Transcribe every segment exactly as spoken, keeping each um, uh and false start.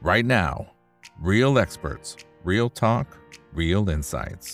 right now. Real experts, real talk, real insights.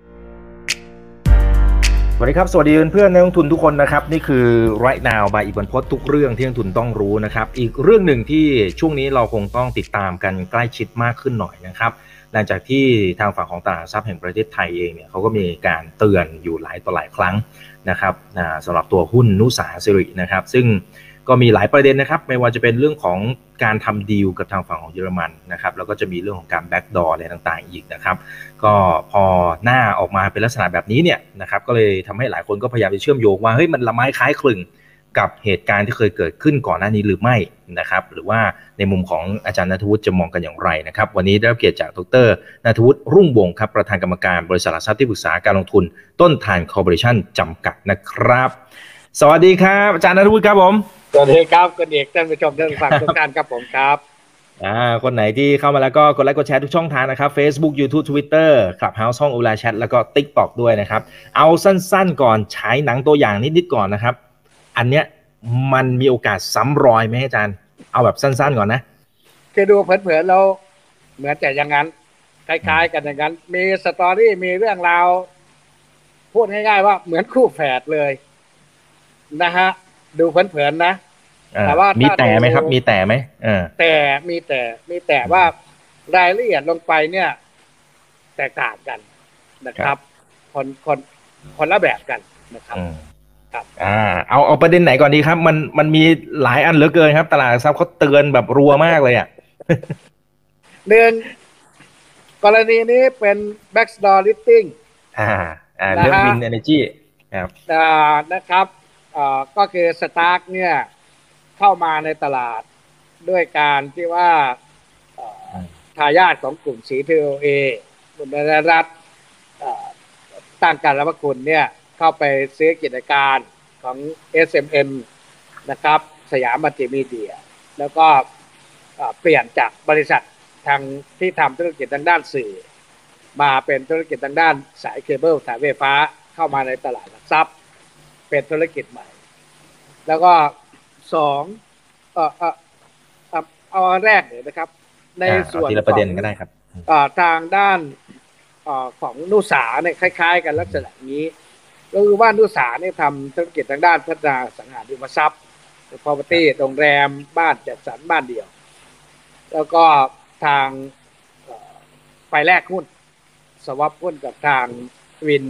สวัสดีครับสวัสดีเพื่อนๆนักลงทุนทุกคนนะครับนี่คือ right now by อีกบรรพตทุกเรื่องที่นักลงทุนต้องรู้นะครับอีกเรื่องหนึ่งที่ช่วงนี้เราคงต้องติดตามกันใกล้ชิดมากขึ้นหน่อยนะครับหลังจากที่ทางฝั่งของตลาดทรัพย์แห่งประเทศไทยเองเนี่ยเขาก็มีการเตือนอยู่หลายต่อหลายครั้งนะครับสำหรับตัวหุ้นนุสาสิรินะครับซึ่งก็มีหลายประเด็นนะครับไม่ว่าจะเป็นเรื่องของการทำดีลกับทางฝั่งของเยอรมันนะครับแล้วก็จะมีเรื่องของการแบ็กดอร์อะไรต่างๆอีกนะครับก็พอหน้าออกมาเป็นลักษณะแบบนี้เนี่ยนะครับก็เลยทำให้หลายคนก็พยายามจะเชื่อมโยงว่าเฮ้ยมันละไม้คล้ายคลึงกับเหตุการณ์ที่เคยเกิดขึ้นก่อนหน้านี้หรือไม่นะครับหรือว่าในมุมของอาจารย์ณัฐวุฒิจะมองกันอย่างไรนะครับวันนี้ได้รับเกียรติจากดร.ณัฐวุฒิรุ่งวงศ์ครับประธานกรรมการบริษัทหลักทรัพย์ที่ปรึกษาการลงทุนต้นทานคอร์ปอเรชั่นจำกัดนะครับสวัสดีครับอาจารย์ณัฐวุฒิครับผมสวัสดีครับคุณเอกท่านผู้ชมท่านผู้ฟังทุกท่านครับผมครับอ่าคนไหนที่เข้ามาแล้วก็กดไลค์กดแชร์ทุกช่องทางนะครับ Facebook YouTube Twitter Clubhouse ช่อง Ula Chat แล้วก็ TikTok ด้วยนะครับเอาสั้นๆก่อนฉายหนังตัวอย่างนิดๆก่อนนะครับอันเนี้ยมันมีโอกาสซ้ำรอยไหมอาจารย์เอาแบบสั้นๆก่อนนะคือดูเผินๆแล้วเหมือนแต่อย่างนั้นคล้ายๆกันอย่างนั้นมีสตอรี่มีเรื่องราวพูดง่ายๆว่าเหมือนคู่แฝดเลยนะฮะดูเผินๆนะแต่ว่ามีแต่ไหมครับมีแต่ไหมเออแต่มีแต่มีแต่ว่ารายละเอียดลงไปเนี่ยแตกต่างกันนะครับคนคนคนละแบบกันนะครับครับอ่าเอาเอาประเด็นไหนก่อนดีครับมันมันมีหลายอันเหลือเกินครับตลาดหลักทรัพย์เขาเตือนแบบรัวมากเลยอ่ะหนึ่งกรณีนี้เป็น backdoor listing อ่าอ่าเรื่อง Wind Energy ครับอ่านะครับอ่าก็คือสตาร์กเนี่ยเข้ามาในตลาดด้วยการที่ว่าทายาทของกลุ่มสี ที โอ เอ คุณนรรัตน์ตั้งการรับคุณเนี่ยเข้าไปซื้อกิจการของ เอส เอ็ม เอ็ม นะครับสยามมัลติมีเดียแล้วก็เปลี่ยนจากบริษัททางที่ทำธุรกิจทางด้านสื่อมาเป็นธุรกิจทางด้านสายเคเบิลสายไฟฟ้าเข้ามาในตลาดหลักทรัพย์เป็นธุรกิจใหม่แล้วก็สองเอ่อเอ่อเอาอันแรกเลยนะครับในส่วนของประเด็นก็ได้ครับทางด้านของนุสาเนี่ยคล้ายๆกันลักษณะนี้ก็คือว่านุสาเนี่ยทำธุรกิจทางด้านพัฒนาสังหาริมทรัพย์ property โรงแรมบ้านจัดสรรบ้านเดี่ยวแล้วก็ทางไปแลกหุ้นสวอปหุ้นกับทาง Wind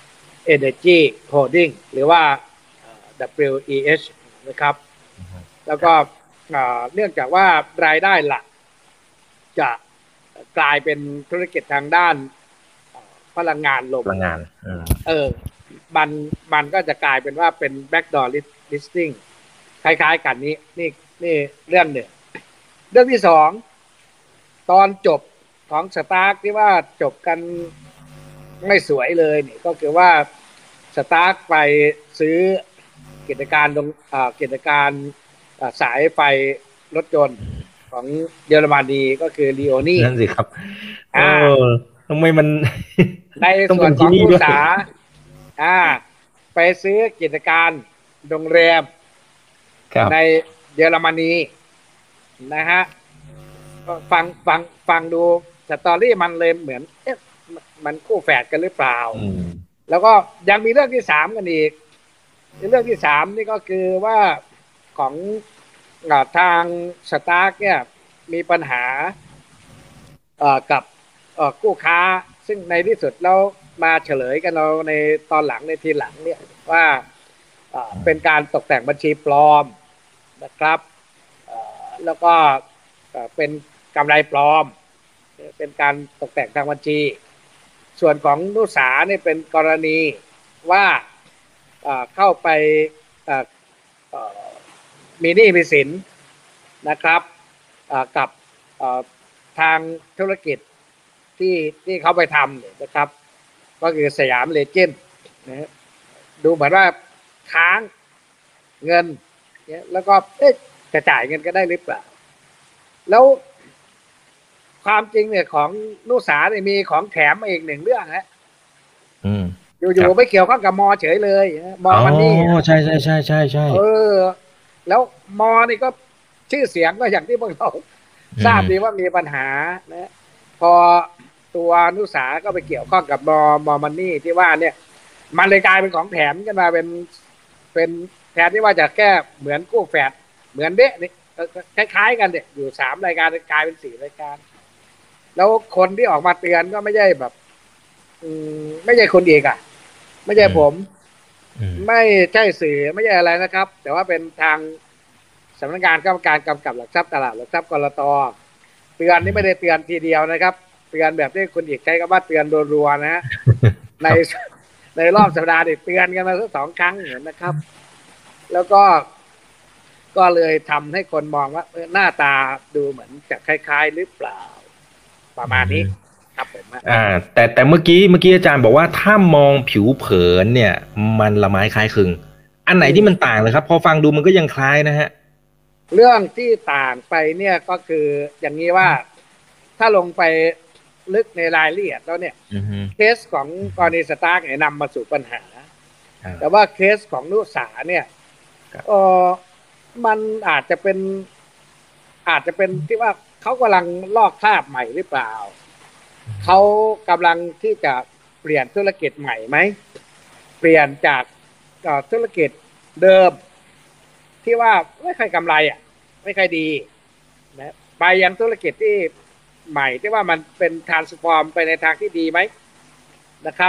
Energy Holding หรือว่า ดับเบิลยู อี เอช นะครับแล้วก็เนื่องจากว่ารายได้หลักจะกลายเป็นธุรกิจทางด้านพลังงานลมพลังงานเออมันมันก็จะกลายเป็นว่าเป็น backdoor listing คล้ายๆกันนี้นี่นี่เรื่องหนึ่งเรื่องที่สองตอนจบของสตาร์กที่ว่าจบกันไม่สวยเลยนี่ก็คือว่าสตาร์กไปซื้อกิจการลงกิจการสายไฟรถยนต์ของเยอรมนีก็คือลีโอนี่นั่นสิครับเออทำไมมันในส่วนของอุตสาหอ่าไปซื้อกิจการโรงแรมในเยอรมนีนะฮะฟังฟังฟังดูสตอรี่มันเลยเหมือนเอ๊ะมันคู่แฝดกันหรือเปล่าแล้วก็ยังมีเรื่องที่สามกันอีกเรื่องที่สามนี่ก็คือว่าของทางสตาร์กเนี่ยมีปัญหากับคู่ค้าซึ่งในที่สุดเรามาเฉลยกันเราในตอนหลังในทีหลังเนี่ยว่าเป็นการตกแต่งบัญชีปลอมนะครับแล้วก็เป็นกำไรปลอมเป็นการตกแต่งทางบัญชีส่วนของนุสาเนี่ยเป็นกรณีว่าเข้าไปมีหนี้มีสินนะครับกับทางธุรกิจที่ที่เขาไปทำนะครับก็คือสยามเลเจนด์นะดูเหมือนว่าค้างเงินแล้วก็จะจ่ายเงินก็ได้หรือเปล่าแล้วความจริงเนี่ยของนุสาเนี่ยมีของแถมมาอีกหนึ่งเรื่องฮะอยู่ๆไม่เกี่ยวข้องกับมอเฉยเลยมอมันนี่อ๋อใช่ใช่ใช่ใช่ใช่เออแล้วมอนี่ก็ชื่อเสียงก็อย่างที่พวกเราทราบดีว่ามีปัญหานะพอตัวนุสาก็ไปเกี่ยวข้องกับมอมอมันนี่ที่ว่าเนี่ยมันเลยกลายเป็นของแถมกันมาเป็นเป็นแทนที่ว่าจะแค่เหมือนกู้แฝดเหมือนเด๊ะนี่คล้ายๆกันเนี่ยอยู่สามรายการกลายเป็นสี่รายการแล้วคนที่ออกมาเตือนก็ไม่ใช่แบบอืมไม่ใช่คนเอกอ่ะไม่ใช่ผมไม่ใช่สื่อไม่ใช่อะไรนะครับ แต่ว่าเป็นทางสำนักงานกรรมการกำกับหลักทรัพย์ตลาดหลักทรัพย์กลต.เตือนนี่ไม่ได้เตือนทีเดียวนะครับเตือนแบบที่คุณเอกใช้คำว่าเตือนรัวๆนะฮะในในรอบสัปดาห์เด็กเตือนกันมาสักสองครั้งเหมือนนะครับแล้วก็ก็เลยทำให้คนมองว่าหน้าตาดูเหมือนจะคล้ายๆหรือเปล่าประมาณนี้ครับผมอ่าแต่แต่เมื่อกี้เมื่อกี้อาจารย์บอกว่าถ้ามองผิวเผินเนี่ยมันละไม้คล้ายคลึงอันไหนที่มันต่างเลยครับพอฟังดูมันก็ยังคล้ายนะฮะเรื่องที่ต่างไปเนี่ยก็คืออย่างนี้ว่าถ้าลงไปลึกในรายละเอียดแล้วเนี่ยเคสของกรณีสตาร์กเนี่ยนำมาสู่ปัญหาแต่ว่าเคสของนุสาเนี่ยเออมันอาจจะเป็นอาจจะเป็นที่ว่าเขากำลังลอกคราบใหม่หรือเปล่าเขากำลังที่จะเปลี่ยนธุรกิจใหม่ไหมเปลี่ยนจากธุรกิจเดิมที่ว่าไม่ค่อยกำไรอ่ะไม่ค่อยดีนะไปยังธุรกิจที่ใหม่ที่ว่ามันเป็น transform ไปในทางที่ดีไหมนะครับ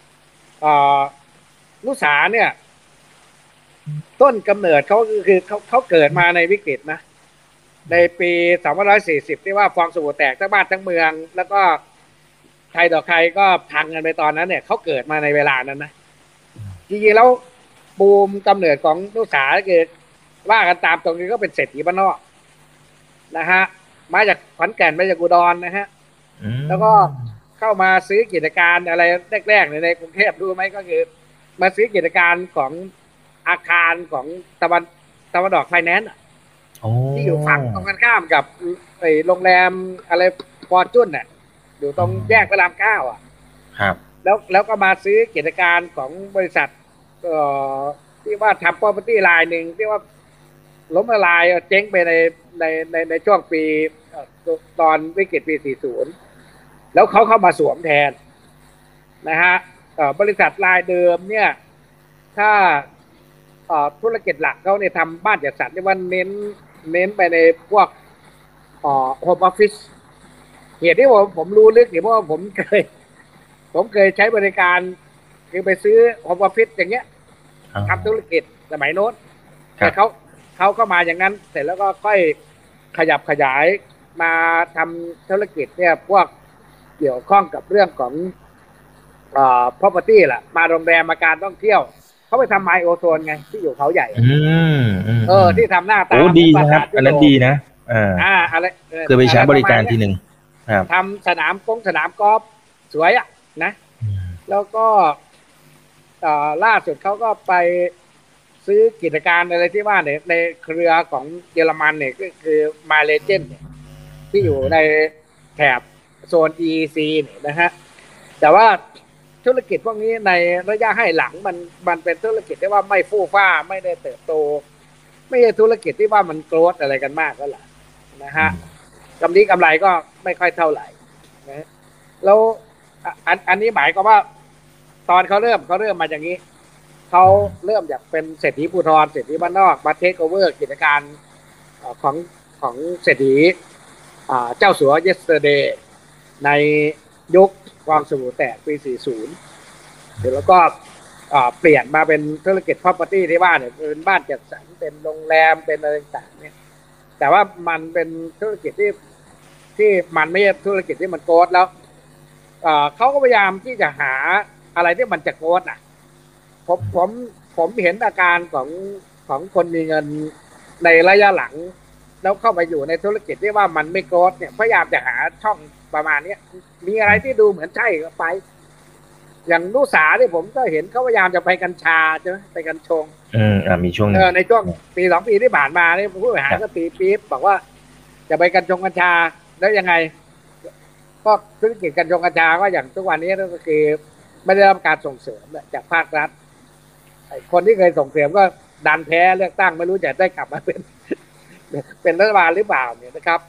นุสาเนี่ยต้นกำเนิดเขาคือเขาเขาเกิดมาในวิกฤตนะในปีสองพันห้าร้อยสี่สิบที่ว่าฟองสบู่แตกทั้งบ้านทั้งเมืองแล้วก็ใครต่อใครก็พังกันไปตอนนั้นเนี่ยเขาเกิดมาในเวลานั้นนะจริงๆแล้วบูมกำเนิดของนุสาเกิดว่ากันตามตรงนี้ก็เป็นเศรษฐีบ้านนอกนะฮะมาจากขอนแก่นมาจากอุดรนะฮะแล้วก็เข้ามาซื้อกิจการอะไรแรกๆในกรุงเทพรู้ไหมก็คือมาซื้อกิจการของอาคารของตะวันตะวันออกไฟแนนซ์ที่อยู่ฝั่งตรงกันข้ามกับไอ้โรงแรมอะไรฟอร์จูนน่ะอยู่ตรงแยกพระรามเก้าอ่ะครับแล้วแล้วก็มาซื้อกิจการของบริษัทเอ่อที่ว่าทำ property รายหนึ่งที่ว่าล้มละลายเจ๊งไปในในในในช่วงปีตอนวิกฤตปีสี่สิบแล้วเขาเข้ามาสวมแทนนะฮะบริษัทรายเดิมเนี่ยถ้าธุรกิจหลักเขาเนี่ยทำบ้านจัดสรรที่ว่าเน้นเน้นไปในพวกโฮมออฟฟิศเหตุที่ผมผมรู้ลึกเนี่ยเพราะว่าผมเคยผมเคยใช้บริการคือไปซื้อโฮมออฟฟิศอย่างเงี้ยทำธุรกิจสมัยโน้นแต่เขาเขาเข้ามาอย่างนั้นเสร็จแล้วก็ค่อยขยับขยายมาทำธุรกิจเนี่ยพวกเกี่ยวข้องกับเรื่องของเอ่อ property ล่ะมาโรงแรมมาการท่องเที่ยวเขาไปทำไมโอโซนไงที่อยู่เขาใหญ่เออที่ทำหน้าตาโอ้ดีนะครับอันนั้นดีนะอ่าอ่าอะไรเคยไปใช้บริการทีหนึ่งทำสนามกงสนามกอล์ฟสวยอ่ะนะแล้วก็ล่าสุดเขาก็ไปซื้อกิจการอะไรที่ว่าเนี่ยในเครือของเยอรมันเนี่ยก็คือมาเลเจนเนี่ยที่อยู่ในแถบโซน อี อี ซี เนี่ยนะฮะแต่ว่าธุรกิจพวกนี้ในระยะให้หลังมันมันเป็นธุรกิจที่ว่าไม่ฟู่ฟ้าไม่ได้เติบโตไม่ใช่ธุรกิจที่ว่ามันโกรธอะไรกันมากก็แหละนะฮะกำไรกำไรก็ไม่ค่อยเท่าไหร่นะแล้วอันอันนี้หมายก็ว่าตอนเขาเริ่มเขาเริ่มมาอย่างนี้เขาเริ่มจากเป็นเศรษฐีภูธรเศรษฐีบ้านนอกมาเทคโอเวอร์กิจการของของเศรษฐีเจ้าสัว yesterday ในยุคฟองสบู่แตกปีสี่สิบแล้วก็เปลี่ยนมาเป็นธุรกิจ property ที่ว่าเนี่ยเป็นบ้านจัดสรรเป็นโรงแรมเป็นอะไรต่างๆเนี่ยแต่ว่ามันเป็นธุรกิจที่ที่มันไม่ใช่ธุรกิจที่มันโกรธแล้วเขาก็พยายามที่จะหาอะไรที่มันจะโกรธอ่ะผมผมผมเห็นอาการของของคนมีเงินในระยะหลังแล้วเข้าไปอยู่ในธุรกิจที่ว่ามันไม่โกรธเนี่ยพยายามจะหาช่องประมาณนี้มีอะไรที่ดูเหมือนใช่ก็ไปอย่างนุสาที่ผมก็เห็นเขาพยายามจะไปกัญชาใช่ไหมไปกัญชงเอออ่ามีช่วงเออในช่วงปีสองปีที่ผ่านมาเนี่ยผู้บริหารก็ตีปี๊บบอกว่าจะไปกัญชงกัญชาแล้วยังไงก็ธุรกิจกัญชงกัญชาก็อย่างทุกวันนี้ก็คือไม่ได้รับการส่งเสริมจากภาครัฐคนที่เคยส่งเสริมก็ดันแพ้เลือกตั้งไม่รู้จะได้กลับมาเป็นเป็นรัฐบาลหรือเปล่าเนี่ยนะครับ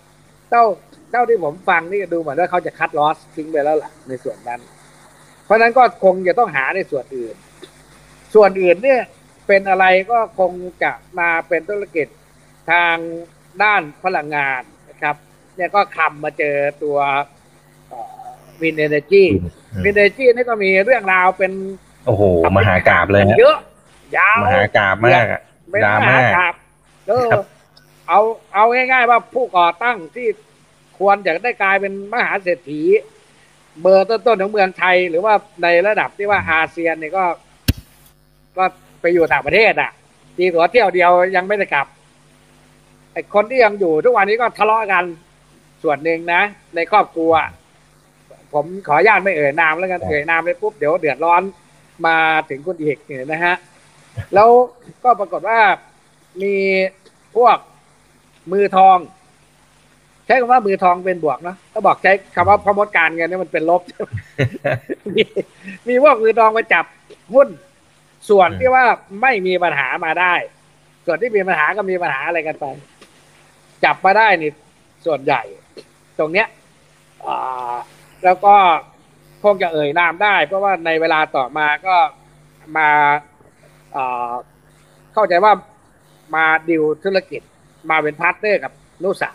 เท่าเท่าที่ผมฟังนี่ดูเหมือนว่าเขาจะคัดลอสทิ้งไปแล้วล่ะในส่วนนั้นเพราะนั้นก็คงจะต้องหาในส่วนอื่นส่วนอื่นเนี่ยเป็นอะไรก็คงจะมาเป็นธุรกิจทางด้านพลังงานนะครับเนี่ยก็คำมาเจอตัววินเอเนจีวินเอเนจีนี่ก็มีเรื่องราวเป็นโอ้โหมหากาพย์เลยเยอะยาวมหากาพย์มากดราม่าเออเอาเอาง่ายๆว่าผู้ก่อตั้งที่ควรจะได้กลายเป็นมหาเศรษฐีเบอร์ต้นๆของเมืองไทยหรือว่าในระดับที่ว่าอาเซียนเนี่ยก็ก็ไปอยู่ต่างประเทศอ่ะตีตั๋วเที่ยวเดียวยังไม่ได้กลับไอ้คนที่ยังอยู่ทุกวันนี้ก็ทะเลาะกันส่วนหนึ่งนะในครอบครัวผมขออนุญาตไม่เอ่ยนามแล้วกันเอ่ยนามไปปุ๊บเดี๋ยวเดือดร้อนมาถึงคุณอีกเนี่ยนะฮะแล้วก็ปรากฏว่ามีพวกมือทองใช้คำว่ามือทองเป็นบวกเนาะถ้าบอกใช้คำว่าพมดการเงินนี่มันเป็นลบ มีมีพวกมือทองไปจับหุ้นส่วนที่ว่าไม่มีปัญหามาได้ส่วนที่มีปัญหาก็มีปัญหาอะไรกันไปจับมาได้นี่ส่วนใหญ่ตรงเนี้ยแล้วก็คงจะเอ่ยนามได้เพราะว่าในเวลาต่อมาก็มาเข้าใจว่ามาดิวธุรกิจมาเป็นพาร์ทเนอร์กับนุสา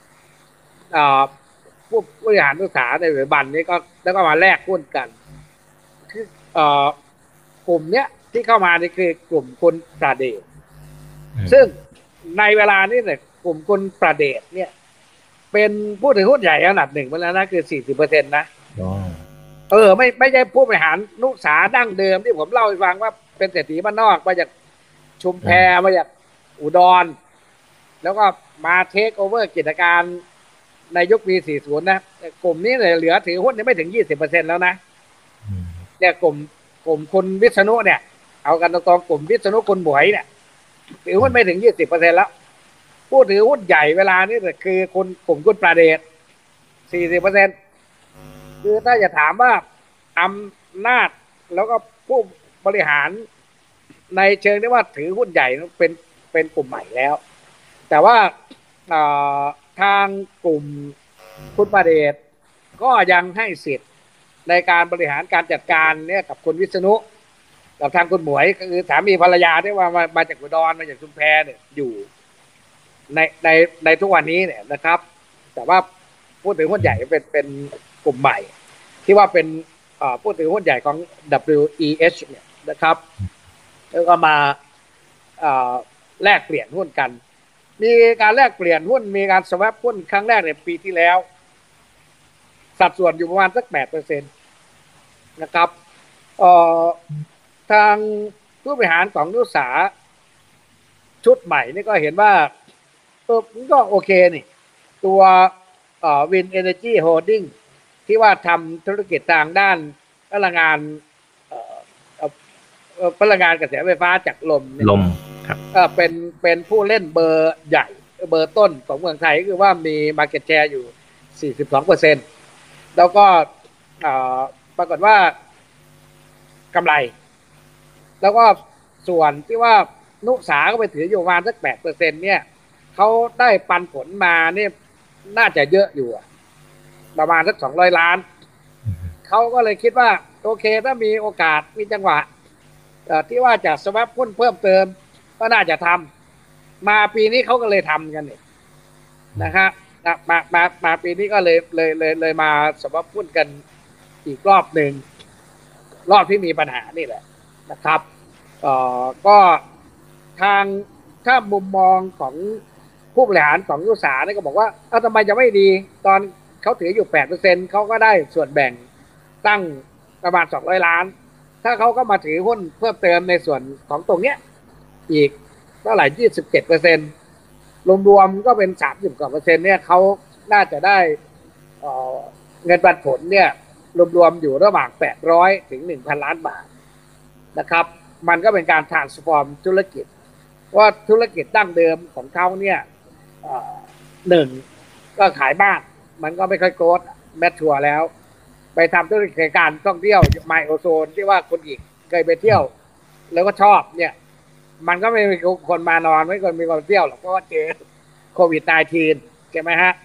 ผู้บริหารนุสาในปัจจุบันนี้ก็แล้วก็มาแลกหุ้นกันคือกลุ่มเนี้ยที่เข้ามานี่คือกลุ่มคุณประเดชซึ่งในเวลานี้เนี่ยกลุ่มคุณประเดชเนี่ยเป็นผู้ถือหุ้นใหญ่อันดับหนึ่งไปแล้วนะคือสี่สิบเปอร์เซ็นต์นะเออไม่ไม่ใช่ผู้บริหารนุสาดั้งเดิมที่ผมเล่าให้ฟังว่าเป็นเศรษฐีบ้านนอกมาจากชุมแพมาจากอุดรแล้วก็มาเทคโอเวอร์กิจการในยุคปีสี่สิบนะกลุ่มนี้เนี่ยเหลือถือหุ้นไม่ถึง ยี่สิบเปอร์เซ็นต์ แล้วนะเนี่ยกลุ่มกลุ่มคุณวิษณุเนี่ยเอากันตรงๆกลุ่มวิษณุคุณบวยเนี่ยถือหุ้นไม่ถึง ยี่สิบเปอร์เซ็นต์ แล้วผู้ถือหุ้นใหญ่เวลานี้คือคุณกลุ่มคุณประเดช สี่สิบเปอร์เซ็นต์ คือถ้าจะถามว่าอำนาจแล้วก็ผู้บริหารในเชิงที่ว่าถือหุ้นใหญ่เป็นเป็นกลุ่มใหม่แล้วแต่ว่าทางกลุ่มคุณประเดชก็ยังให้สิทธิ์ในการบริหารการจัดการเนี่ยกับคุณวิษณุกับทางคุณหมวยก็คือสามีภรรยาที่ว่ามามาจากอุดรมาจากชุมแพเนี่ยอยู่ในในในทุกวันนี้เนี่ยนะครับแต่ว่าผู้ถือหุ้นใหญ่เป็นเป็นกลุ่มใหม่ที่ว่าเป็นผู้ถือหุ้นใหญ่ของ ดับเบิลยู อี เอช เนี่ยนะครับแล้วก็มาแลกเปลี่ยนหุ้นกันมีการแลกเปลี่ยนหุ้นมีการสวอปหุ้นครั้งแรกในปีที่แล้วสัดส่วนอยู่ประมาณสัก แปดเปอร์เซ็นต์ นะครับเอ่อทางผู้บริหารของนุสาชุดใหม่นี่ก็เห็นว่าเออมันก็โอเคนี่ตัวเอ่อ Wind Energy Holding ที่ว่าทำธุรกิจทางด้านพลังงานเอ่อพลังงานกระแสไฟฟ้าจากลมลมครับก็เป็นเป็นผู้เล่นเบอร์ใหญ่เบอร์ต้นของเมืองไทยคือว่ามี market share อยู่ สี่สิบสองเปอร์เซ็นต์ แล้วก็ปรากฏว่ากำไรแล้วก็ส่วนที่ว่านุสาก็ไปถืออยู่ประมาณสัก แปดเปอร์เซ็นต์ เนี่ยเขาได้ปันผลมาเนี่ยน่าจะเยอะอยู่ประมาณสักสองร้อยล้านเขาก็เลยคิดว่าโอเคถ้ามีโอกาสมีจังหวะที่ว่าจะสวอปหุ้นเพิ่มเติมก็น่าจะทำมาปีนี้เขาก็เลยทำกันเนี่ยนะครับมามามาปีนี้ก็เลยเลยเลยเลยมาสวอปหุ้นกันอีกรอบหนึ่งรอบที่มีปัญหานี่แหละนะครับเอ่อก็ทางถ้ามุมมองของผู้บริหารของนุสาเนี่ยก็บอกว่าเอ้าทำไมจะไม่ดีตอนเขาถืออยู่ แปดเปอร์เซ็นต์ เขาก็ได้ส่วนแบ่งตั้งประมาณสองร้อยล้านถ้าเขาก็มาถือหุ้นเพิ่มเติมในส่วนของตรงเนี้ยอีกเท่าไหร่ ยี่สิบเจ็ดเปอร์เซ็นต์ รวมๆก็เป็นสามสิบกว่าเปอร์เซ็นต์เนี่ยเขาน่าจะได้เอ่อเงินปันผลเนี่ยรวมๆอยู่ระหว่างแปดร้อยถึง หนึ่งพัน ล้านบาทนะครับมันก็เป็นการ transform ธุรกิจว่าธุรกิจดั้งเดิมของเขาเนี่ยหนึ่งก็ขายบ้านมันก็ไม่ค่อยโกรธแมทชัวร์แล้วไปทำธุรกิจการท่องเที่ยวไมโอโซนที่ว่าคนอีกเคยไปเที่ยวแล้วก็ชอบเนี่ยมันก็ไม่มีคนมานอนไม่คนมีคนเที่ยวหรอกเพราะว่าเจอโควิด สิบเก้า ใช่ไหมฮะ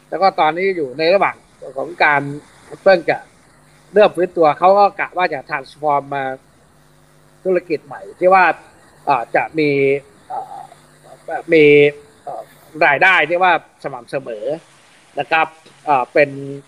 แล้วก็ตอนนี้อยู่ในระหว่างของการเพิ่งจะเริ่มฟื้นตัวเขาก็กะว่าจะ transform มาธุรกิจใหม่ที่ว่าจะมีมีรายได้ที่ว่าสม่ำเสมอนะครับเป็น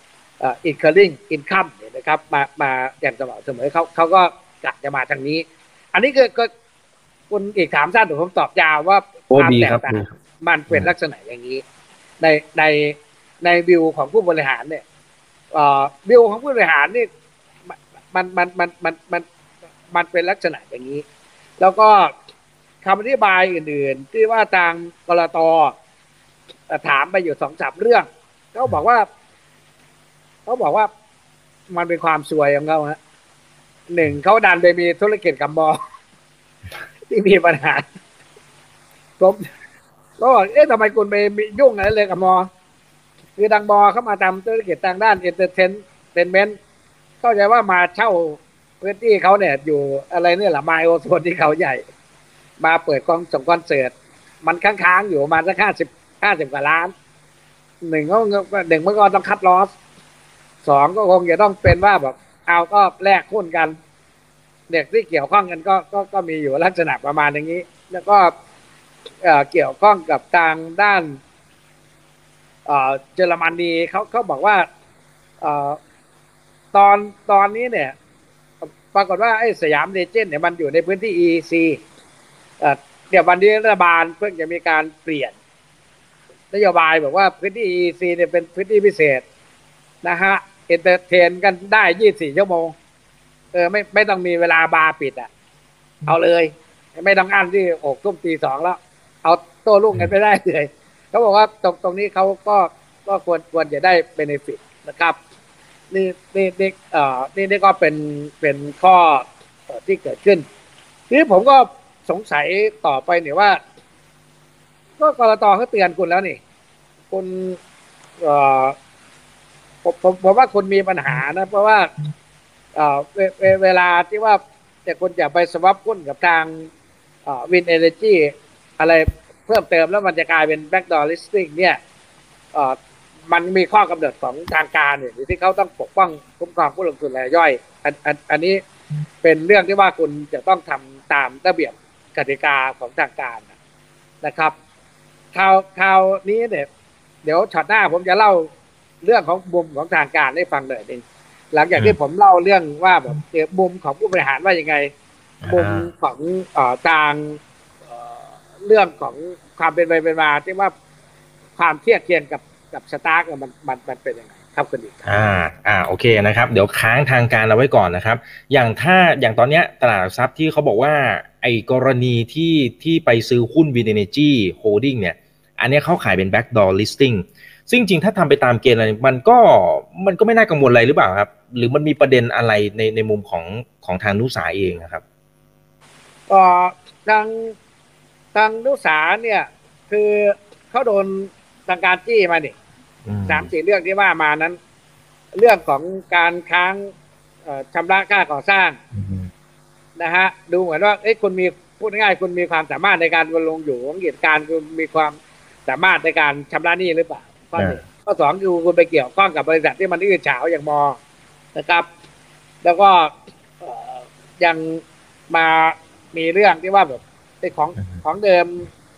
incurring income เนี่ยนะครับมามาอย่างสม่ำเสมอเขาเขาก็กะจะมาทางนี้อันนี้คือก็คุณอีกถามสั้นหรือผมตอบยาวว่าความแตกต่างมันเป็นลักษณะอย่างนี้ในในในวิวของผู้บริหารเนี่ยวิวของผู้บริหารนี่มันมันมันมันมันมันเป็นลักษณะอย่างนี้แล้วก็คำอธิบายอื่นๆที่ว่าทางกลต.ถามไปอยู่สองสามเรื่องเขาบอกว่าเขาบอกว่ามันเป็นความซวยของเขาฮะหนึ่งเขาดันไปมีธุรกิจกับมอที่มีปัญหาผมก็บอกเอ๊ะทำไมคุณไปยุ่งอะไรเลยกับมอคือดังมอเข้ามาทำธุรกิจทางด้านเอนเตอร์เทนเมนต์เข้าใจว่ามาเช่าพื้นที่เขาเนี่ยอยู่อะไรเนี่ยแหละไมโอโซนที่เขาใหญ่มาเปิดกองส่งคอนเสิร์ตมันค้างๆอยู่ประมาณสักห้าสิบห้าสิบกว่าล้านหนึ่งก็หนึ่งมันก็ต้องคัดลอสสองก็คงจะต้องเป็นว่าแบบเอาก็แลกหุ้นกันเด็กที่เกี่ยวข้องกันก็ก็ก็มีอยู่ลักษณะประมาณอย่างนี้แล้วก็เอ่อเกี่ยวข้องกับทางด้านเอ่อเยอรมนีเขาเขาบอกว่าเอ่อตอนตอนนี้เนี่ยปรากฏว่าไอ้สยามเลเจนด์เนี่ยมันอยู่ในพื้นที่ อี อี ซี เอ่อเดี๋ยววันนี้รัฐบาลเพิ่งจะมีการเปลี่ยนนโยบายบอกว่าพื้นที่ อี อี ซี เนี่ยเป็นพื้นที่พิเศษนะฮะเอนเตอร์เทนกันได้ยี่สิบสี่ชั่วโมงเออไม่ไม่ต้องมีเวลาบาร์ปิดอ่ะเอาเลยไม่ต้องอั้นที่หกทุ่มตีสองแล้วเอาโต้รุ่งกันไปได้เลยเขาบอกว่าตรงตรงนี้เขาก็ก็ควรควรจะได้เบเนฟิตนะครับนี่นี่นี่เอ่อนี่นี่ก็เป็นเป็นข้อที่เกิดขึ้นทีนี้ผมก็สงสัยต่อไปเนี่ยว่าก็กลต.เขาเตือนคุณแล้วนี่คุณเอ่อผมผมผมว่าคุณมีปัญหานะเพราะว่าเอ่อเวเวเวลาที่ว่าแต่คุณจะไปสวับหุ้นกับทางเอ่อวินเอเนจีอะไรเพิ่มเติมแล้วมันจะกลายเป็นแบ็กดอร์ลิสติ้งเนี่ยเอ่อมันมีข้อกำหนดของทางการเนี่ยที่เขาต้องปกป้องคุ้มครองผู้ลงทุนรายย่อยอันอันอันนี้เป็นเรื่องที่ว่าคุณจะต้องทำตามระเบียบกติกาของทางการนะครับคราวคราวนี้เนี่ยเดี๋ยวช็อตหน้าผมจะเล่าเรื่องของมุมของทางการให้ฟังหน่อยนึงหลังจากที่ผมเล่าเรื่องว่าแบบมุมของผู้บริหารว่ายังไงมุมของเอ่อทางเอ่อเรื่องของความเป็นไปเป็นมาที่ว่าความเทียบเคียงกับกับสตาร์กมันมันมันเป็นยังไงครับคุณดิอ่าอ่าโอเคนะครับเดี๋ยวค้างทางการเอาไว้ก่อนนะครับอย่างถ้าอย่างตอนเนี้ยตลาดหลักทรัพย์ที่เขาบอกว่าไอ้กรณีที่ที่ไปซื้อหุ้น Win Energy Holding เนี่ยอันนี้เขาขายเป็น backdoor listing ซึ่งจริงถ้าทำไปตามเกณฑ์อะไรมันก็มันก็ไม่น่ากังวลอะไรหรือเปล่าครับหรือมันมีประเด็นอะไรในในมุมของของทางนุสาเองนะครับเอ่อทางทางนุสาเนี่ยคือเขาโดนทางการจี้มานี่สามสี่เรื่องที่ว่ามานั้นเรื่องของการค้างชำระค่าก่อสร้างนะฮะดูเหมือนว่าเอ้ยคุณมีพูดง่ายคุณมีความสามารถในการดำรงอยู่ของกิจการคุณมีความสามารถในการชำระหนี้หรือเปล่าข้อหนึ่งข้อสองคือคุณไปเกี่ยวข้องกับบริษัทที่มันอื้อฉาวอย่างมอนะครับแล้วก็ยังมามีเรื่องที่ว่าแบบไอ้ของของเดิม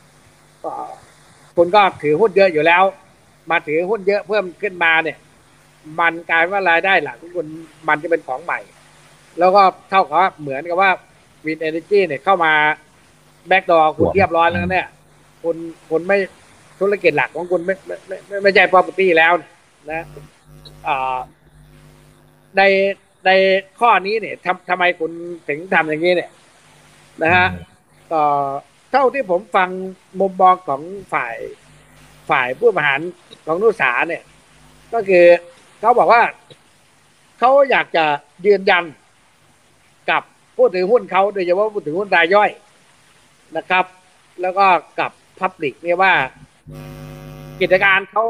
คุณก็ถือหุ้นเยอะอยู่แล้วมาถือหุ้นเยอะเพิ่มขึ้นมาเนี่ยมันกลายว่ารายได้หลักของคุณมันจะเป็นของใหม่แล้วก็เท่ากับว่าเหมือนกับว่าวินเอเนจีเนี่ยเข้ามาแบ็กดอร์คุณเรียบร้อยแล้วเนี่ยคุณคุณไม่ธุรกิจหลักของคุณไม่ไม่ไม่ไม่ใช่ property แล้วนะอ่าในในข้อนี้เนี่ยทำทำไมคุณถึงทำอย่างนี้เนี่ยนะฮะก็เท่าที่ผมฟังมุมมองของฝ่ายฝ่ายผู้บริหารของนุสาเนี่ยก็คือเขาบอกว่าเขาอยากจะยืนยันกับผู้ถือหุ้นเขาโดยเฉพาะผู้ถือหุ้นรายย่อยนะครับแล้วก็กับพับลิกเนี่ยว่ากิจการเขา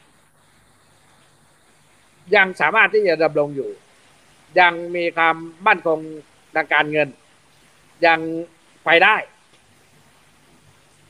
ยังสามารถที่จะดำรงอยู่ยังมีความมั่นคงทางการเงินยังไปได้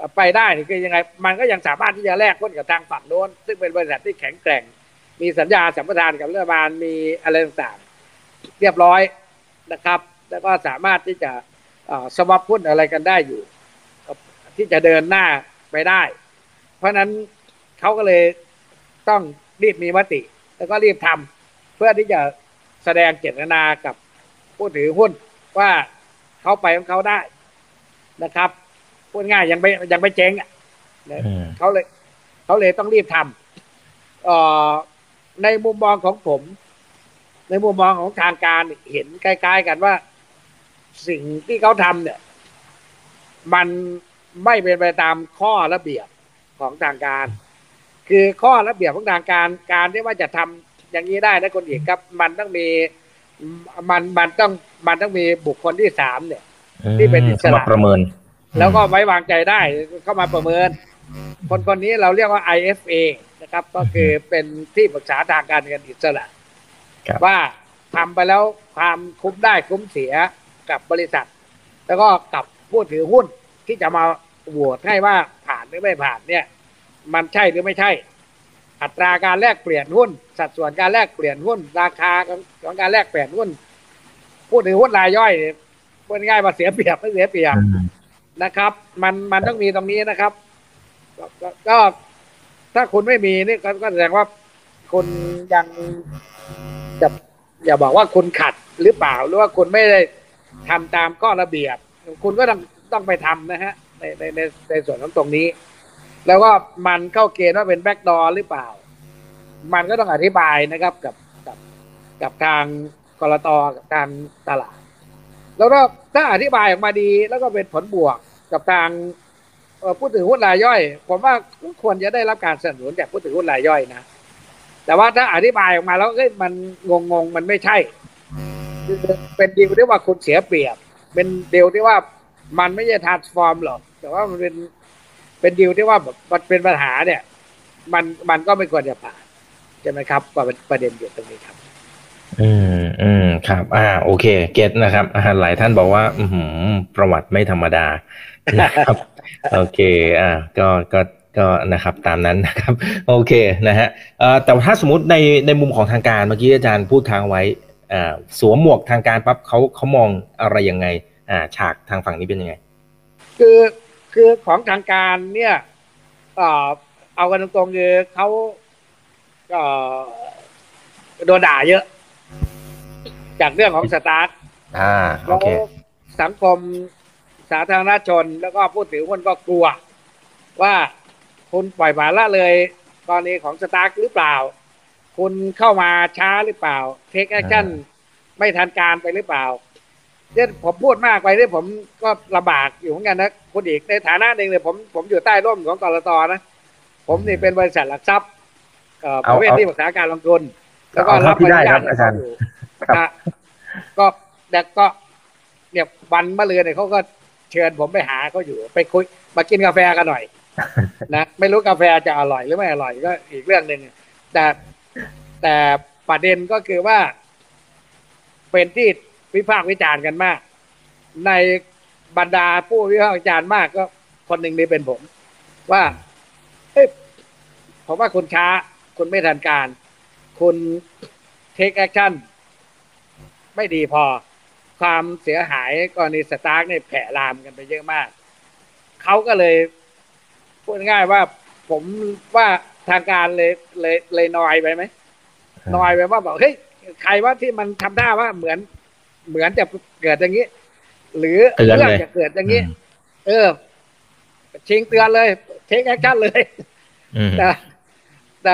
ไปได้นี่คือยังไงมันก็ยังสามารถที่จะแลกหุ้นกับทางฝั่งโน้นซึ่งเป็นบริษัทที่แข็งแกร่งมีสัญญาสัมปทานกับรัฐบาลมีอะไรต่างๆเรียบร้อยนะครับแล้วก็สามารถที่จะสวอปหุ้นอะไรกันได้อยู่ที่จะเดินหน้าไปได้เพราะนั้นเขาก็เลยต้องรีบมีมติแล้วก็รีบทำเพื่อที่จะแสดงเจตนากับผู้ถือหุ้นว่าเขาไปของเขาได้นะครับพูดง่ายยังไม่ยังไม่เจ๊งอ่ะเขาเลยเขาเลยต้องรีบทำเอ่อในมุมมองของผมในมุมมองของทางการเห็นใกล้ๆกันว่าสิ่งที่เขาทำเนี่ยมันไม่เป็นไปตามข้อระเบียบของทางการคือข้อระเบียบของทางการการที่ว่าจะทำอย่างนี้ได้นะคนอีกครับมันต้องมีมันมันต้องมันต้องมีบุคคลที่สามเนี่ยที่เป็นอิสระประเมินแล้วก็ไว้วางใจได้เข้ามาประเมินคนคนนี้เราเรียกว่า ไอ เอฟ เอ นะครับก็คือเป็นที่ปรึกษาทางการเงินอิสระว่าทำไปแล้วความคุ้มได้คุ้มเสียกับบริษัทแล้วก็กับผู้ถือหุ้นที่จะมาโหวตให้ว่าผ่านหรือไม่ผ่านเนี่ยมันใช่หรือไม่ใช่อัตราการแลกเปลี่ยนหุ้นสัดส่วนการแลกเปลี่ยนหุ้นราคาของการแลกเปลี่ยนหุ้นผู้ถือหุ้นรายย่อยพูดง่ายๆว่าเสียเปรียบไม่เสียเปรียบนะครับมันมันต้องมีตรงนี้นะครับก็ถ้าคุณไม่มีนี่ก็แสดงว่าคุณยังจะอย่าบอกว่าคุณขัดหรือเปล่าหรือว่าคุณไม่ได้ทำตามข้อระเบียบคุณก็ต้องต้องไปทำนะฮะในในในในส่วนของตรงนี้แล้วก็มันเข้าเกณฑ์ว่าเป็นแบ็กดอร์หรือเปล่ามันก็ต้องอธิบายนะครับกับกับกับทางกลต.กับทางตลาดแล้วก็ถ้าอธิบายออกมาดีแล้วก็เป็นผลบวกกับทางผู้ถือหุ้นรายย่อยผมว่าควรจะได้รับการสนับสนุนจากผู้ถือหุ้นรายย่อยนะแต่ว่าถ้าอธิบายออกมาแล้วเอ้ยมันงงงมันไม่ใช่เป็นดีลที่ว่าคุณเสียเปรียบเป็นดีลที่ว่ามันไม่ใช่ transform หรอกแต่ว่ามันเป็นเป็นดีลที่ว่าแบบมันเป็นปัญหาเนี่ยมันมันก็ไม่ควรจะผ่านใช่ไหมครับก็เป็นประเด็นอยู่ตรงนี้ครับอืมอืมครับอ่าโอเคเก็ตนะครับอ่าหลายท่านบอกว่าอืมประวัติไม่ธรรมดานะครับโอเคอ่าก็ก็ก็นะครับตามนั้นนะครับโอเคนะฮะเอ่อแต่ถ้าสมมติในในมุมของทางการเมื่อกี้อาจารย์พูดค้างไว้อ่าสวมหมวกทางการปั๊บเขาเขามองอะไรยังไงอ่าฉากทางฝั่งนี้เป็นยังไงคือคือของทางการเนี่ยเอ่อเอากันตรงๆคือเขาเอ่อโดนด่าเยอะจากเรื่องของสตาร์ทอ่าโอเคสังคมสาธารณชนแล้วก็ผู้ถือหุ้นก็กลัวว่าคุณปล่อยปละละเลยกรณีของสตาร์ทหรือเปล่าคุณเข้ามาช้าหรือเปล่าเทคแอคชั่นไม่ทันการไปหรือเปล่าเนี่ยผมพูดมากไปเนี่ยผมก็ลำบากอยู่เหมือนกันนะคุณอีกในฐานะหนึ่งเลยผมผมอยู่ใต้ร่มของกลต.นะผมนี่เป็นบริษัทหลักทรัพย์เอ่อประเภทที่ปรึกษาการลงทุนแล้วก็รับใบอนุญาตอาจารย์ก็แต่ก็เนี่ยวันมะรืนเนี่ยเขาก็เชิญผมไปหาเขาอยู่ไปคุยมากินกาแฟกันหน่อยนะไม่รู้กาแฟจะอร่อยหรือไม่อร่อยก็อีกเรื่องหนึ่งแต่แต่ประเด็นก็คือว่าเป็นที่วิพากษ์วิจารณ์กันมากในบรรดาผู้วิพากษ์วิจารณ์มากก็คนหนึ่งนี่เป็นผมว่าเฮ้ยผมว่าคุณช้าคุณไม่ทันการคุณเทคแอคชั่นไม่ดีพอความเสียหายกรณีสตาร์กเนี่ยแผ่ลามกันไปเยอะมากเขาก็เลยพูดง่ายว่าผมว่าทางการเลยเลยเลยนอยไปไหมนอยไปว่าบอกเฮ้ยใครว่าที่มันทำท่าว่าเหมือนเหมือนจะเกิดอย่างนี้หรือเรื่องจะเกิดอย่างนี้เออชิงเตือนเลยเทคแอคชั่นเลยแต่แต่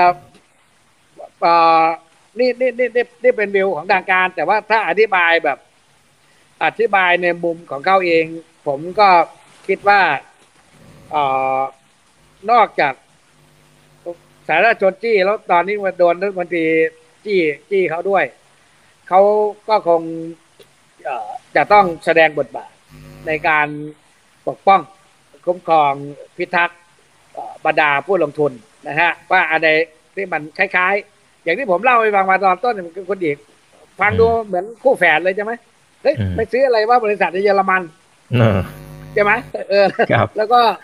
นี่นี่นี่นี่นี่เป็นวิวของทางการแต่ว่าถ้าอธิบายแบบอธิบายในมุมของเขาเองผมก็คิดว่าเอ่อนอกจากสาธารณชนจี้แล้วตอนนี้มาโดนรัฐมนตรีจี้จี้เขาด้วยเขาก็คงเอ่อจะต้องแสดงบทบาทในการปกป้องคุ้มครองพิทักษ์บรรดาผู้ลงทุนนะฮะว่าอะไรที่มันคล้ายๆอย่างที่ผมเล่าให้ฟังมาตอนต้นมันคือคนอีกฟังดูเหมือนคู่แฝดเลยใช่ไหมเฮ้ยไปซื้ออะไรว่าบริษัทในเยอรมันใช่ไหมเออแล้วก็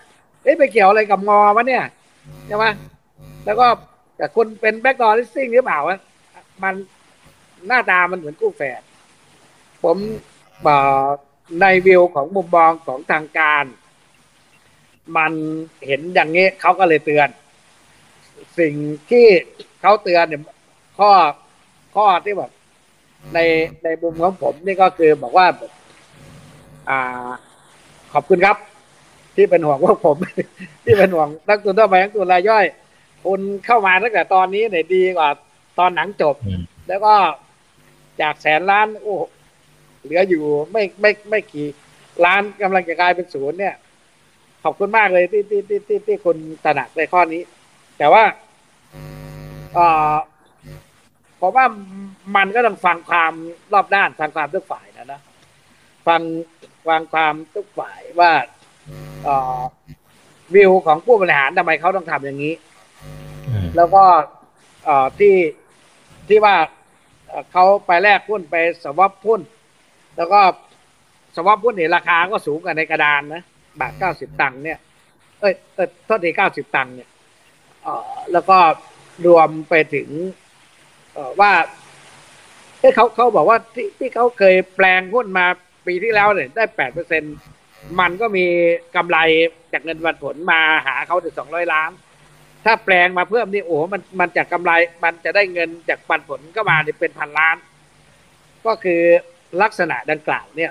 เอ๊ะไปเกี่ยวอะไรกับงอวะเนี่ยใช่ไหมแล้วก็แต่คุณเป็นแบ็กดอร์ลิสซิ่งหรือเปล่าวะมันหน้าตามันเหมือนกู้แฝดผมในวิวของมุมมองของทางการมันเห็นอย่างนี้เขาก็เลยเตือนสิ่งที่เขาเตือนเนี่ยข้อข้อที่แบบในในมุมของผมนี่ก็คือบอกว่าอ่าขอบคุณครับที่เป็นห่วงพวกผม ที่เป็นห่วงนักทุนทั่วไปนักทุนรายย่อยคุณเข้ามาตั้งแต่ตอนนี้เนี่ยดีกว่าตอนหนังจบแล้วก็จากแสนล้านโอ้เหลืออยู่ไม่ไม่ไม่กี่ล้านกำลังจะกลายเป็นศูนย์เนี่ยขอบคุณมากเลยที่ที่ที่ที่ที่คุณตระหนักในข้อนี้แต่ว่าเอ่อผมว่ามันก็ต้องฟังความรอบด้านฟังความทุกฝ่ายนะนะฟังฟังความทุกฝ่ายว่าเอ่อวิวของผู้บริหารทำไมเขาต้องทำอย่างนี้แล้วก็เอ่อที่ที่ว่าเขาไปแลกหุ้นไปสวอปหุ้นแล้วก็สวอปหุ้นเนี่ยราคาก็สูงกว่าในกระดานนะบาทเก้าสิบตังค์เนี่ยเอ้ยเออโทษทีเก้าสิบตังค์เนี่ยเอ่อแล้วก็รวมไปถึงเอ่อว่าที่เขาเขาบอกว่าที่ที่เขาเคยแปลงหุ้นมาปีที่แล้วเนี่ยได้แปดเปอร์เซ็นต์มันก็มีกำไรจากเงินปันผลมาหาเขาถึงสองร้อยล้านถ้าแปลงมาเพิ่มนี่โอ้โหมันมันจากกำไรมันจะได้เงินจากปันผลก็มาเป็นพันล้านก็คือลักษณะดังกล่าวเนี่ย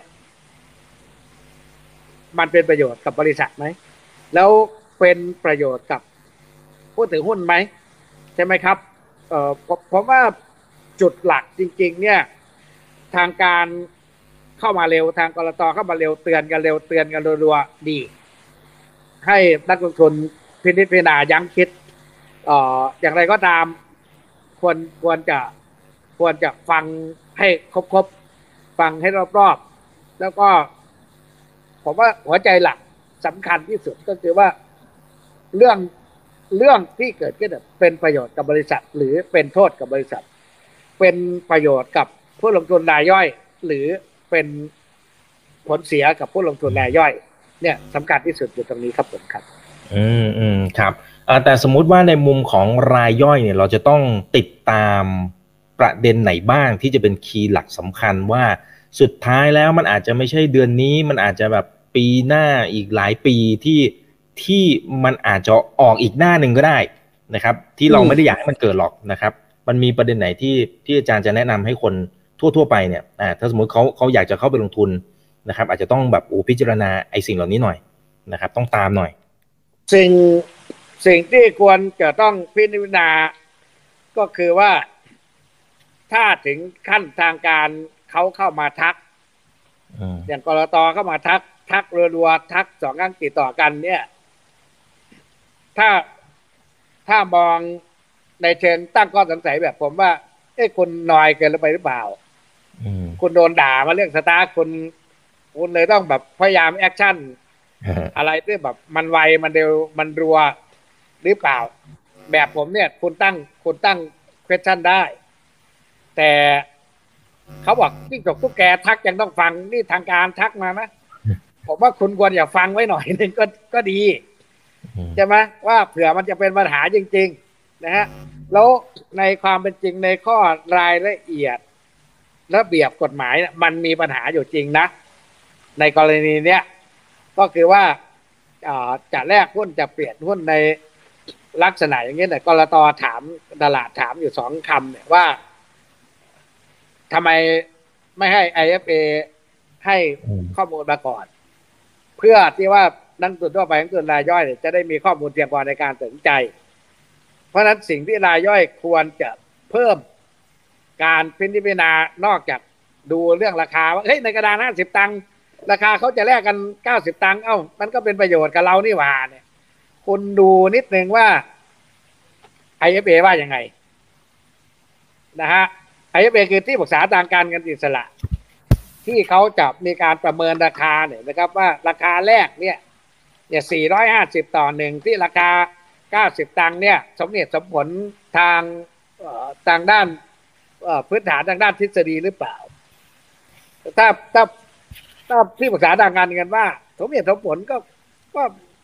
มันเป็นประโยชน์กับบริษัทไหมแล้วเป็นประโยชน์กับผู้ถือหุ้นไหมใช่ไหมครับเอ่อผมว่าจุดหลักจริงๆเนี่ยทางการเข้ามาเร็วทางกลต.เข้ามาเร็วเตือนกันเร็วเตือนกันรัวๆดีให้นักลงทุนพินิจพิจารณายั้งคิดเอ่ออย่างไรก็ตามควรควรจะควรจะฟังให้ครบๆฟังให้รอบๆแล้วก็ผมว่าหัวใจหลักสำคัญที่สุดก็คือว่าเรื่องเรื่องที่เกิดขึ้นเป็นประโยชน์กับบริษัทหรือเป็นโทษกับบริษัทเป็นประโยชน์กับผู้ลงทุนรายย่อยหรือเป็นผลเสียกับผู้ลงทุนรายย่อยเนี่ยสำคัญที่สุดอยู่ตรงนี้ครับผมครับอืมอืมครับแต่สมมุติว่าในมุมของรายย่อยเนี่ยเราจะต้องติดตามประเด็นไหนบ้างที่จะเป็นคีย์หลักสำคัญว่าสุดท้ายแล้วมันอาจจะไม่ใช่เดือนนี้มันอาจจะแบบปีหน้าอีกหลายปีที่ที่มันอาจจะออกอีกหน้าหนึ่งก็ได้นะครับที่เราไม่ได้อยากให้มันเกิดหรอกนะครับมันมีประเด็นไหนที่ที่อาจารย์จะแนะนำให้คนทั่วๆไปเนี่ยอ่าถ้าสมมติเขาเขาอยากจะเข้าไปลงทุนนะครับอาจจะต้องแบบโอ้พิจารณาไอ้สิ่งเหล่านี้หน่อยนะครับต้องตามหน่อยสิ่งสิ่งที่ควรจะต้องพิจารณาก็คือว่าถ้าถึงขั้นทางการเขาเข้ามาทักอย่างกลต.เข้ามาทักทักรัวๆทักสองครั้งติดต่อกันเนี่ยถ้าถ้ามองในเชิงตั้งข้อสงสัยแบบผมว่าเอ้คุณนอยเกินไปหรือเปล่าคุณโดนด่ามาเรื่องสตาร์ทคุณคุณเลยต้องแบบพยายามแอคชั่นอะไรที่แบบมันไวมันเร็วมันรัวหรือเปล่าแบบผมเนี่ยคุณตั้งคุณตั้ง question ได้แต่เขาบอกจิ้งจกตุ๊กแกทักยังต้องฟังนี่ทางการทักมานะผมว่าคุณควรอย่าฟังไว้หน่อยนึงก็ก็ดีใช่ไหมว่าเผื่อมันจะเป็นปัญหาจริงๆนะฮะแล้วในความเป็นจริงในข้อรายละเอียดระเบียบกฎหมายมันมีปัญหาอยู่จริงนะในกรณีเนี้ยก็คือว่าจะแลกหุ้นจะเปลี่ยนหุ้นในลักษณะอย่างนี้เนี่ยกลต.ถามตลาดถามอยู่สองคำเนี่ยว่าทำไมไม่ให้ ไอ เอฟ เอ ให้ข้อมูลมาก่อนเพื่อที่ว่านักลงทุนทั่วไปนักลงทุนรายย่อยเนี่ยจะได้มีข้อมูลเพียงพอในการตัดสินใจเพราะฉะนั้นสิ่งที่รายย่อยควรจะเพิ่มการพิจารณานอกจากดูเรื่องราคาว่าเฮ้ยในกระดานห้าสิบตังค์ราคาเขาจะแลกกันเก้าสิบตังค์เอ้ามันก็เป็นประโยชน์กับเรานี่หว่าเนี่ยคุณดูนิดนึงว่า ไอ เอฟ เอ ว่ายังไงนะฮะ ไอ เอฟ เอ คือที่ปรึกษาทางการเงินอิสระที่เขาจะมีการประเมินราคาเนี่ยนะครับว่าราคาแรกเนี่ยเนี่ยสี่ร้อยห้าสิบต่อหนึ่งที่ราคาเก้าสิบตังค์เนี่ยสมเหตุสมผลทางทางด้านพื้นฐานทางด้านทฤษฎีหรือเปล่าถ้าถ้าถ้าที่ปรึกษาทางการเงินว่าสมเหตุสมผลก็ก็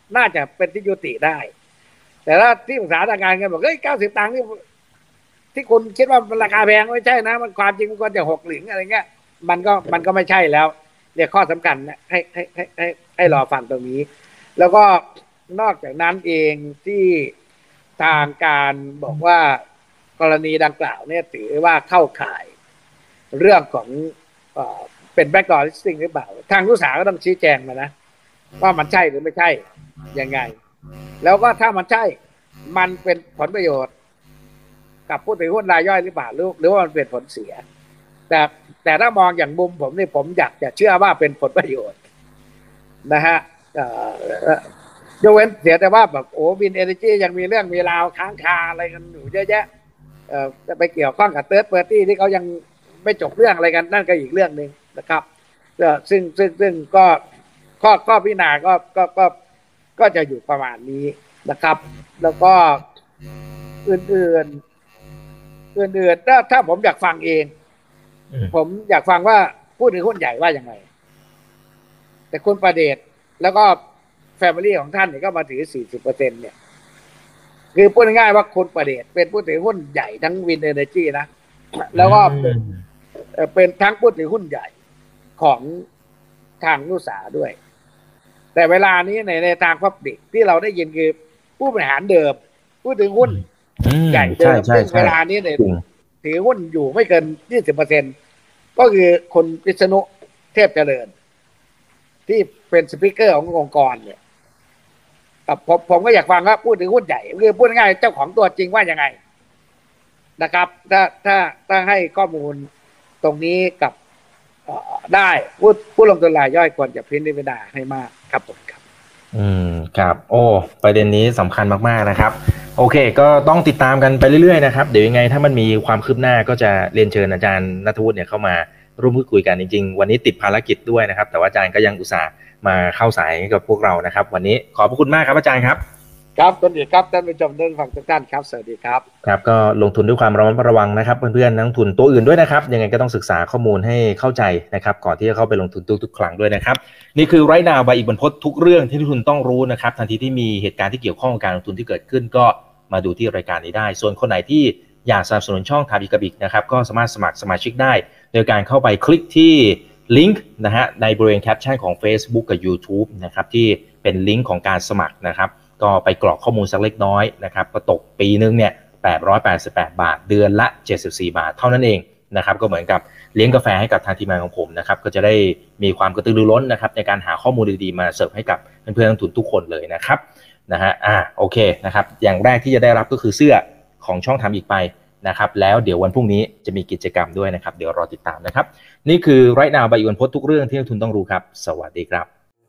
น่าจะเป็นที่ยุติได้แต่ถ้าที่ปรึกษาทางการเงินบอกเฮ้ยเก้าสิบตังค์นี่ที่คุณคิดว่ามันราคาแพงไม่ใช่นะมันความจริงมันควรจะหกหลิงอะไรเงี้ยมันก็มันก็ไม่ใช่แล้วเนี่ยข้อสำคัญนะให้ให้ให้ให้ให้รอฟังตรงนี้แล้วก็นอกจากนั้นเองที่ทางการบอกว่ากรณีดังกล่าวเนี่ยถือว่าเข้าข่ายเรื่องของเอ่อเป็น backdoor listing หรือเปล่าทางผู้สาก็ต้องชี้แจงมานะว่ามันใช่หรือไม่ใช่ยังไงแล้วก็ถ้ามันใช่มันเป็นผลประโยชน์กับผู้ถือหุ้นรายย่อยหรือเปล่าหรือว่ามันเป็นผลเสียแต่แต่ถ้ามองอย่างมุมผมนี่ผมอยากจะเชื่อว่าเป็นผลประโยชน์นะฮะยกเว้นเสียแต่ว่าแบบโอ้วินเอเนจียังมีเรื่องมีราวค้างคาอะไรกันอยู่เยอะแยะเอ่อจะไปเกี่ยวข้องกับเติร์ดเปอร์ตี้ที่เขายังไม่จบเรื่องอะไรกันนั่นก็อีกเรื่องนึงนะครับซึ่งซึ่งซึ่งก็ข้อข้อพิจารณาก็ก็ก็ก็จะอยู่ประมาณนี้นะครับแล้วก็อื่นๆอื่นๆถ้าถ้าผมอยากฟังเองผมอยากฟังว่าผู้ถือหุ้นใหญ่ว่ายังไงแต่คุณประเดชแล้วก็แฟมิลี่ของท่านเนี่ยก็มาถือ สี่สิบเปอร์เซ็นต์ เนี่ยคือพูดง่ายๆว่าคุณประเดชเป็นผู้ถือหุ้นใหญ่ทั้งวินเอเนจีนะแล้วก็เป็นเป็นทั้งผู้ถือหุ้นใหญ่ของทางนุสาด้วยแต่เวลานี้ในในทางพับบิกที่เราได้ยินคือผู้บริหารเดิมผู้ถือหุ้นใหญ่เดิมซึ่งเวลานี้เนี่ยถือหุ้นอยู่ไม่เกิน ยี่สิบเปอร์เซ็นต์ ก็คือคนวิษณุเทพเจริญที่เป็นสปีกเกอร์ขององค์กรเนี่ยผมผมก็อยากฟังว่าผู้ถือหุ้นใหญ่คือพูดง่ายๆเจ้าของตัวจริงว่ายังไงนะครับถ้าถ้าถ้าให้ข้อมูลตรงนี้กับได้ผู้ผู้ลงทุนรายย่อยควรจะพิจารณาให้มากครับผมครับอืมครับโอ้ประเด็นนี้สำคัญมากๆนะครับโอเคก็ต้องติดตามกันไปเรื่อยๆนะครับเดี๋ยวยังไงถ้ามันมีความคืบหน้าก็จะเรียนเชิญอาจารย์ณัฐวุฒิเนี่ยเข้ามาร่วมพูดคุยกันจริงๆวันนี้ติดภารกิจด้วยนะครับแต่ว่าอาจารย์ก็ยังอุตส่าห์มาเข้าสายกับพวกเรานะครับวันนี้ขอบพระคุณมากครับอาจารย์ครับครับต้นดีครับท่านผู้ชมท่านฟังทุกท่านครับสวัสดีครับครับก็ลงทุนด้วยความระมัดระวังนะครับเพื่อนๆนักลงทุนตัวอื่นด้วยนะครับยังไงก็ต้องศึกษาข้อมูลให้เข้าใจนะครับก่อนที่จะเข้าไปลงทุนทุกๆครั้งด้วยนะครับนี่คือไรท์นาวบายอีกบรรพตทุกเรื่องที่นักลงทุนต้องรู้นะครับทันทีที่มีเหตุการณ์ที่เกี่ยวข้องกับการลงทุนที่เกิดขึ้นก็มาดูที่รายการนี้ได้ส่วนคนไหนที่อยากสนับสนุนช่องทางอีกบิกนะครับก็สามารถสมัครสมาชิกได้โดยการเข้าไปคลิกที่ลิงก์นะฮะในบริเวณแคปชั่นของ Facebook กับ YouTube นะครับที่เป็นลิงก์ของการสมัครนะครับก็ไปกรอกข้อมูลสักเล็กน้อยนะครับก็ตกปีนึงเนี่ยแปดร้อยแปดสิบแปดบาทเดือนละเจ็ดสิบสี่บาทเท่านั้นเองนะครับก็เหมือนกับเลี้ยงกาแฟให้กับทางทีมงานของผมนะครับก็จะได้มีความกระตือรือร้นนะครับในการหาข้อมูลดีๆมาเสิร์ฟให้กับเพื่อนๆนักลงทุนทุกคนเลยนะครับนะฮะอ่าโอเคนะครับอย่างแรกที่จะได้รับก็คือเสื้อของช่องทำอีกไปนะครับแล้วเดี๋ยววันพรุ่งนี้จะมีกิจกรรมด้วยนะครับเดี๋ยวรอติดตามนะครับนี่คือไรท์นาวบายอีกบรรพตทุกเรื่องที่นักลงทุนต้องรู้ครับสวัสดีครับ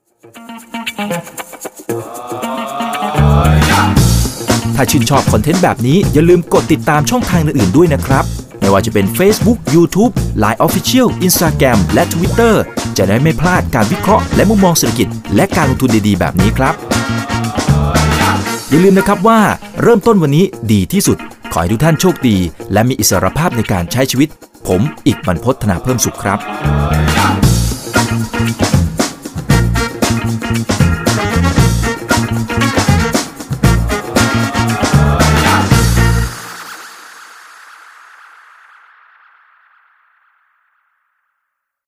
ถ้าชื่นชอบคอนเทนต์แบบนี้อย่าลืมกดติดตามช่องทางอื่นๆด้วยนะครับไม่ว่าจะเป็น Facebook, YouTube, ไลน์ Official, Instagram และ Twitter จะได้ไม่พลาดการวิเคราะห์และมุมมองเศรษฐกิจและการลงทุนดีๆแบบนี้ครับอย่าลืมนะครับว่าเริ่มต้นวันนี้ดีที่สุดขอให้ทุกท่านโชคดีและมีอิสรภาพในการใช้ชีวิตผมอีกบรรพต ธนาเพิ่มสุขครับ